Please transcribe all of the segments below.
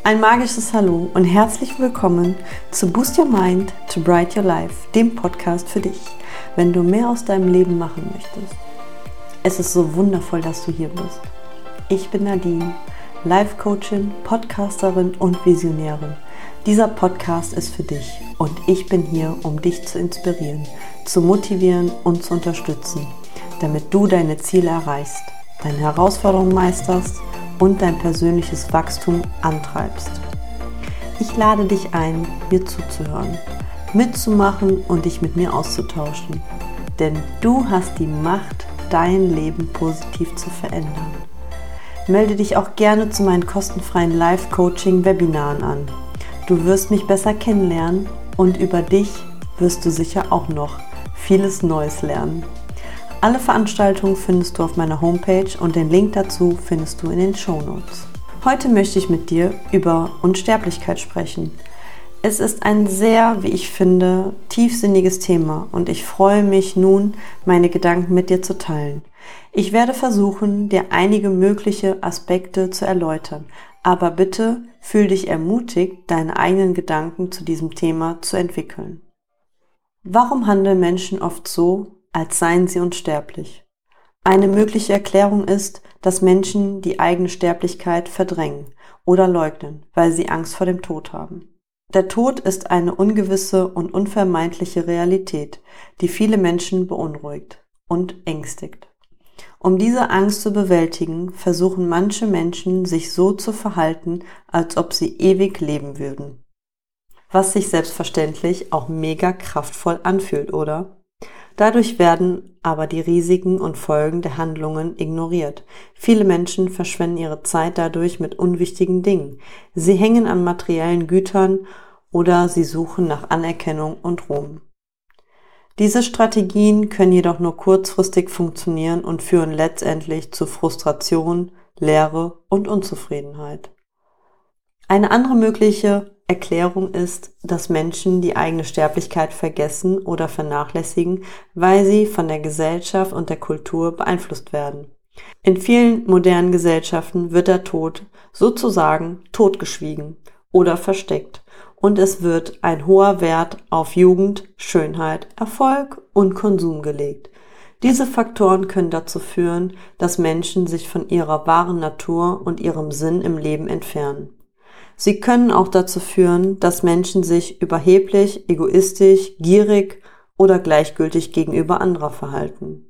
Ein magisches Hallo und herzlich willkommen zu Boost Your Mind to Bright Your Life, dem Podcast für dich, wenn du mehr aus deinem Leben machen möchtest. Es ist so wundervoll, dass du hier bist. Ich bin Nadine, Life Coachin, Podcasterin und Visionärin. Dieser Podcast ist für dich und ich bin hier, um dich zu inspirieren, zu motivieren und zu unterstützen, damit du deine Ziele erreichst, deine Herausforderungen meisterst und dein persönliches Wachstum antreibst. Ich lade dich ein, mir zuzuhören, mitzumachen und dich mit mir auszutauschen. Denn du hast die Macht, dein Leben positiv zu verändern. Melde dich auch gerne zu meinen kostenfreien Live-Coaching-Webinaren an. Du wirst mich besser kennenlernen und über dich wirst du sicher auch noch vieles Neues lernen. Alle Veranstaltungen findest du auf meiner Homepage und den Link dazu findest du in den Shownotes. Heute möchte ich mit dir über Unsterblichkeit sprechen. Es ist ein sehr, wie ich finde, tiefsinniges Thema und ich freue mich nun, meine Gedanken mit dir zu teilen. Ich werde versuchen, dir einige mögliche Aspekte zu erläutern, aber bitte fühl dich ermutigt, deine eigenen Gedanken zu diesem Thema zu entwickeln. Warum handeln Menschen oft so, als seien sie unsterblich? Eine mögliche Erklärung ist, dass Menschen die eigene Sterblichkeit verdrängen oder leugnen, weil sie Angst vor dem Tod haben. Der Tod ist eine ungewisse und unvermeidliche Realität, die viele Menschen beunruhigt und ängstigt. Um diese Angst zu bewältigen, versuchen manche Menschen, sich so zu verhalten, als ob sie ewig leben würden. Was sich selbstverständlich auch mega kraftvoll anfühlt, oder? Dadurch werden aber die Risiken und Folgen der Handlungen ignoriert. Viele Menschen verschwenden ihre Zeit dadurch mit unwichtigen Dingen. Sie hängen an materiellen Gütern oder sie suchen nach Anerkennung und Ruhm. Diese Strategien können jedoch nur kurzfristig funktionieren und führen letztendlich zu Frustration, Leere und Unzufriedenheit. Eine andere mögliche Erklärung ist, dass Menschen die eigene Sterblichkeit vergessen oder vernachlässigen, weil sie von der Gesellschaft und der Kultur beeinflusst werden. In vielen modernen Gesellschaften wird der Tod sozusagen totgeschwiegen oder versteckt und es wird ein hoher Wert auf Jugend, Schönheit, Erfolg und Konsum gelegt. Diese Faktoren können dazu führen, dass Menschen sich von ihrer wahren Natur und ihrem Sinn im Leben entfernen. Sie können auch dazu führen, dass Menschen sich überheblich, egoistisch, gierig oder gleichgültig gegenüber anderer verhalten.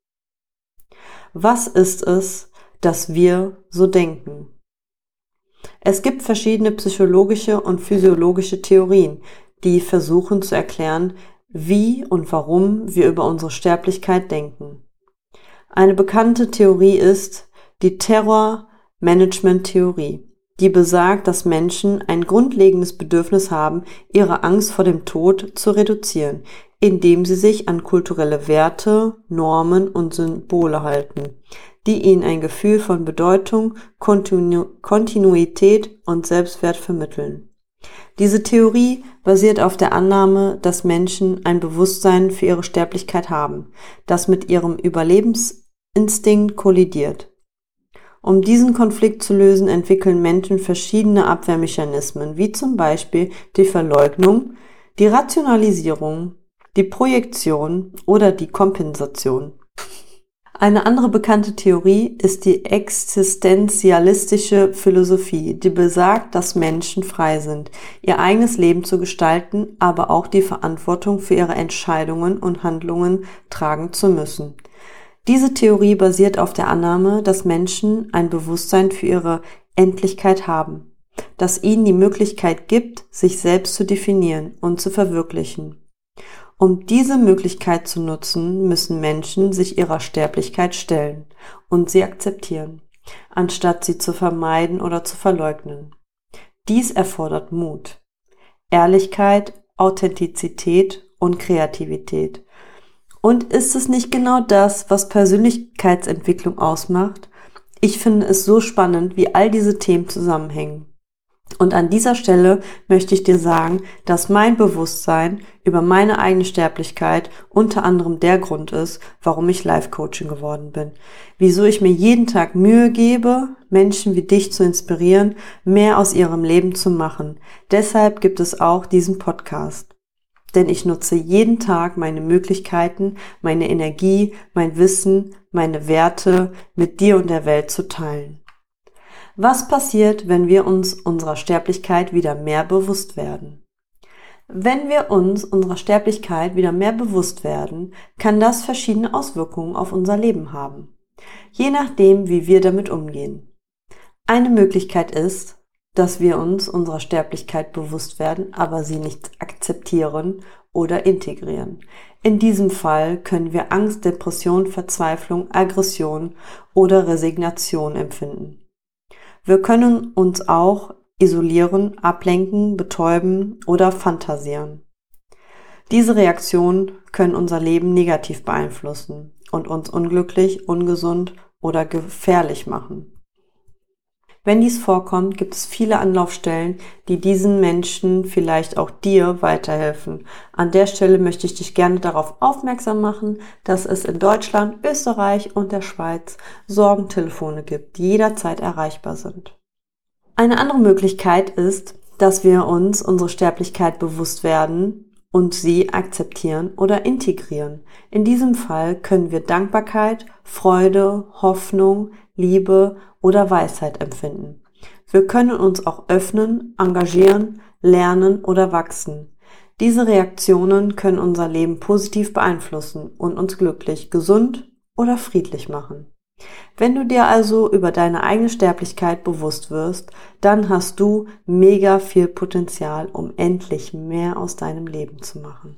Was ist es, dass wir so denken? Es gibt verschiedene psychologische und physiologische Theorien, die versuchen zu erklären, wie und warum wir über unsere Sterblichkeit denken. Eine bekannte Theorie ist die Terror-Management-Theorie. Die besagt, dass Menschen ein grundlegendes Bedürfnis haben, ihre Angst vor dem Tod zu reduzieren, indem sie sich an kulturelle Werte, Normen und Symbole halten, die ihnen ein Gefühl von Bedeutung, Kontinuität und Selbstwert vermitteln. Diese Theorie basiert auf der Annahme, dass Menschen ein Bewusstsein für ihre Sterblichkeit haben, das mit ihrem Überlebensinstinkt kollidiert. Um diesen Konflikt zu lösen, entwickeln Menschen verschiedene Abwehrmechanismen, wie zum Beispiel die Verleugnung, die Rationalisierung, die Projektion oder die Kompensation. Eine andere bekannte Theorie ist die existenzialistische Philosophie, die besagt, dass Menschen frei sind, ihr eigenes Leben zu gestalten, aber auch die Verantwortung für ihre Entscheidungen und Handlungen tragen zu müssen. Diese Theorie basiert auf der Annahme, dass Menschen ein Bewusstsein für ihre Endlichkeit haben, das ihnen die Möglichkeit gibt, sich selbst zu definieren und zu verwirklichen. Um diese Möglichkeit zu nutzen, müssen Menschen sich ihrer Sterblichkeit stellen und sie akzeptieren, anstatt sie zu vermeiden oder zu verleugnen. Dies erfordert Mut, Ehrlichkeit, Authentizität und Kreativität. Und ist es nicht genau das, was Persönlichkeitsentwicklung ausmacht? Ich finde es so spannend, wie all diese Themen zusammenhängen. Und an dieser Stelle möchte ich dir sagen, dass mein Bewusstsein über meine eigene Sterblichkeit unter anderem der Grund ist, warum ich Life-Coaching geworden bin. Wieso ich mir jeden Tag Mühe gebe, Menschen wie dich zu inspirieren, mehr aus ihrem Leben zu machen. Deshalb gibt es auch diesen Podcast. Denn ich nutze jeden Tag meine Möglichkeiten, meine Energie, mein Wissen, meine Werte mit dir und der Welt zu teilen. Was passiert, wenn wir uns unserer Sterblichkeit wieder mehr bewusst werden? Wenn wir uns unserer Sterblichkeit wieder mehr bewusst werden, kann das verschiedene Auswirkungen auf unser Leben haben. Je nachdem, wie wir damit umgehen. Eine Möglichkeit ist, dass wir uns unserer Sterblichkeit bewusst werden, aber sie nicht akzeptieren oder integrieren. In diesem Fall können wir Angst, Depression, Verzweiflung, Aggression oder Resignation empfinden. Wir können uns auch isolieren, ablenken, betäuben oder fantasieren. Diese Reaktionen können unser Leben negativ beeinflussen und uns unglücklich, ungesund oder gefährlich machen. Wenn dies vorkommt, gibt es viele Anlaufstellen, die diesen Menschen, vielleicht auch dir, weiterhelfen. An der Stelle möchte ich dich gerne darauf aufmerksam machen, dass es in Deutschland, Österreich und der Schweiz Sorgentelefone gibt, die jederzeit erreichbar sind. Eine andere Möglichkeit ist, dass wir uns unsere Sterblichkeit bewusst werden und sie akzeptieren oder integrieren. In diesem Fall können wir Dankbarkeit, Freude, Hoffnung, Liebe oder Weisheit empfinden. Wir können uns auch öffnen, engagieren, lernen oder wachsen. Diese Reaktionen können unser Leben positiv beeinflussen und uns glücklich, gesund oder friedlich machen. Wenn du dir also über deine eigene Sterblichkeit bewusst wirst, dann hast du mega viel Potenzial, um endlich mehr aus deinem Leben zu machen.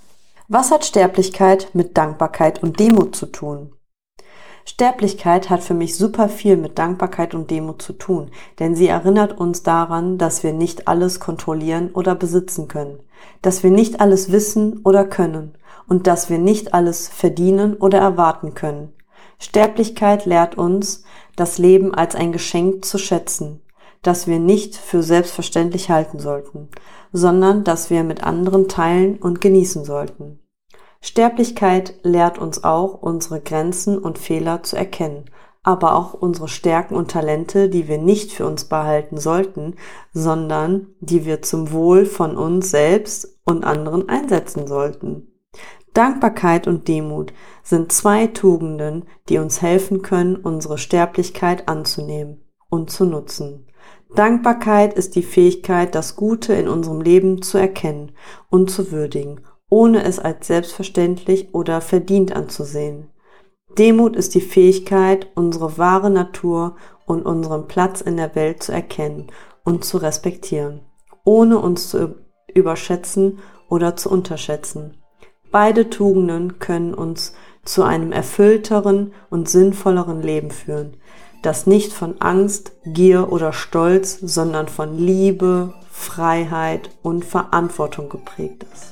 Was hat Sterblichkeit mit Dankbarkeit und Demut zu tun? Sterblichkeit hat für mich super viel mit Dankbarkeit und Demut zu tun, denn sie erinnert uns daran, dass wir nicht alles kontrollieren oder besitzen können, dass wir nicht alles wissen oder können und dass wir nicht alles verdienen oder erwarten können. Sterblichkeit lehrt uns, das Leben als ein Geschenk zu schätzen, das wir nicht für selbstverständlich halten sollten, sondern das wir mit anderen teilen und genießen sollten. Sterblichkeit lehrt uns auch, unsere Grenzen und Fehler zu erkennen, aber auch unsere Stärken und Talente, die wir nicht für uns behalten sollten, sondern die wir zum Wohl von uns selbst und anderen einsetzen sollten. Dankbarkeit und Demut sind zwei Tugenden, die uns helfen können, unsere Sterblichkeit anzunehmen und zu nutzen. Dankbarkeit ist die Fähigkeit, das Gute in unserem Leben zu erkennen und zu würdigen, ohne es als selbstverständlich oder verdient anzusehen. Demut ist die Fähigkeit, unsere wahre Natur und unseren Platz in der Welt zu erkennen und zu respektieren, ohne uns zu überschätzen oder zu unterschätzen. Beide Tugenden können uns zu einem erfüllteren und sinnvolleren Leben führen, das nicht von Angst, Gier oder Stolz, sondern von Liebe, Freiheit und Verantwortung geprägt ist.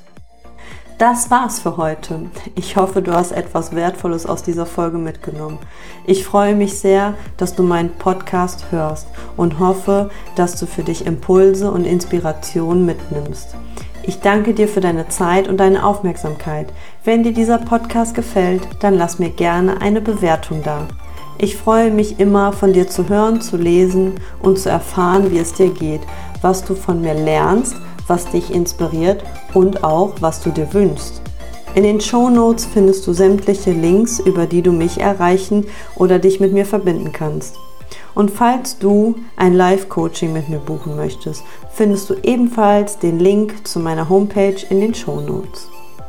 Das war's für heute. Ich hoffe, du hast etwas Wertvolles aus dieser Folge mitgenommen. Ich freue mich sehr, dass du meinen Podcast hörst und hoffe, dass du für dich Impulse und Inspiration mitnimmst. Ich danke dir für deine Zeit und deine Aufmerksamkeit. Wenn dir dieser Podcast gefällt, dann lass mir gerne eine Bewertung da. Ich freue mich immer, von dir zu hören, zu lesen und zu erfahren, wie es dir geht, was du von mir lernst, was dich inspiriert und auch, was du dir wünschst. In den Shownotes findest du sämtliche Links, über die du mich erreichen oder dich mit mir verbinden kannst. Und falls du ein Live-Coaching mit mir buchen möchtest, findest du ebenfalls den Link zu meiner Homepage in den Shownotes.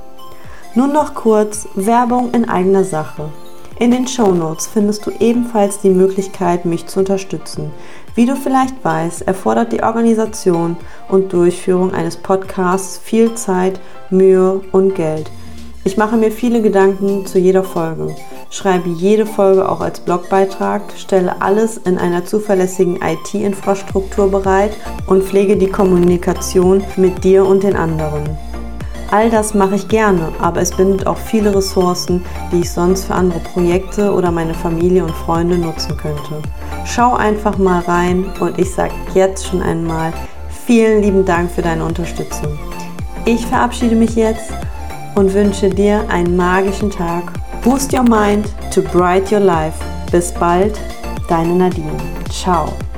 Nun noch kurz Werbung in eigener Sache. In den Shownotes findest du ebenfalls die Möglichkeit, mich zu unterstützen. Wie du vielleicht weißt, erfordert die Organisation und Durchführung eines Podcasts viel Zeit, Mühe und Geld. Ich mache mir viele Gedanken zu jeder Folge, schreibe jede Folge auch als Blogbeitrag, stelle alles in einer zuverlässigen IT-Infrastruktur bereit und pflege die Kommunikation mit dir und den anderen. All das mache ich gerne, aber es bindet auch viele Ressourcen, die ich sonst für andere Projekte oder meine Familie und Freunde nutzen könnte. Schau einfach mal rein und ich sage jetzt schon einmal vielen lieben Dank für deine Unterstützung. Ich verabschiede mich jetzt und wünsche dir einen magischen Tag. Boost your mind to bright your life. Bis bald, deine Nadine. Ciao.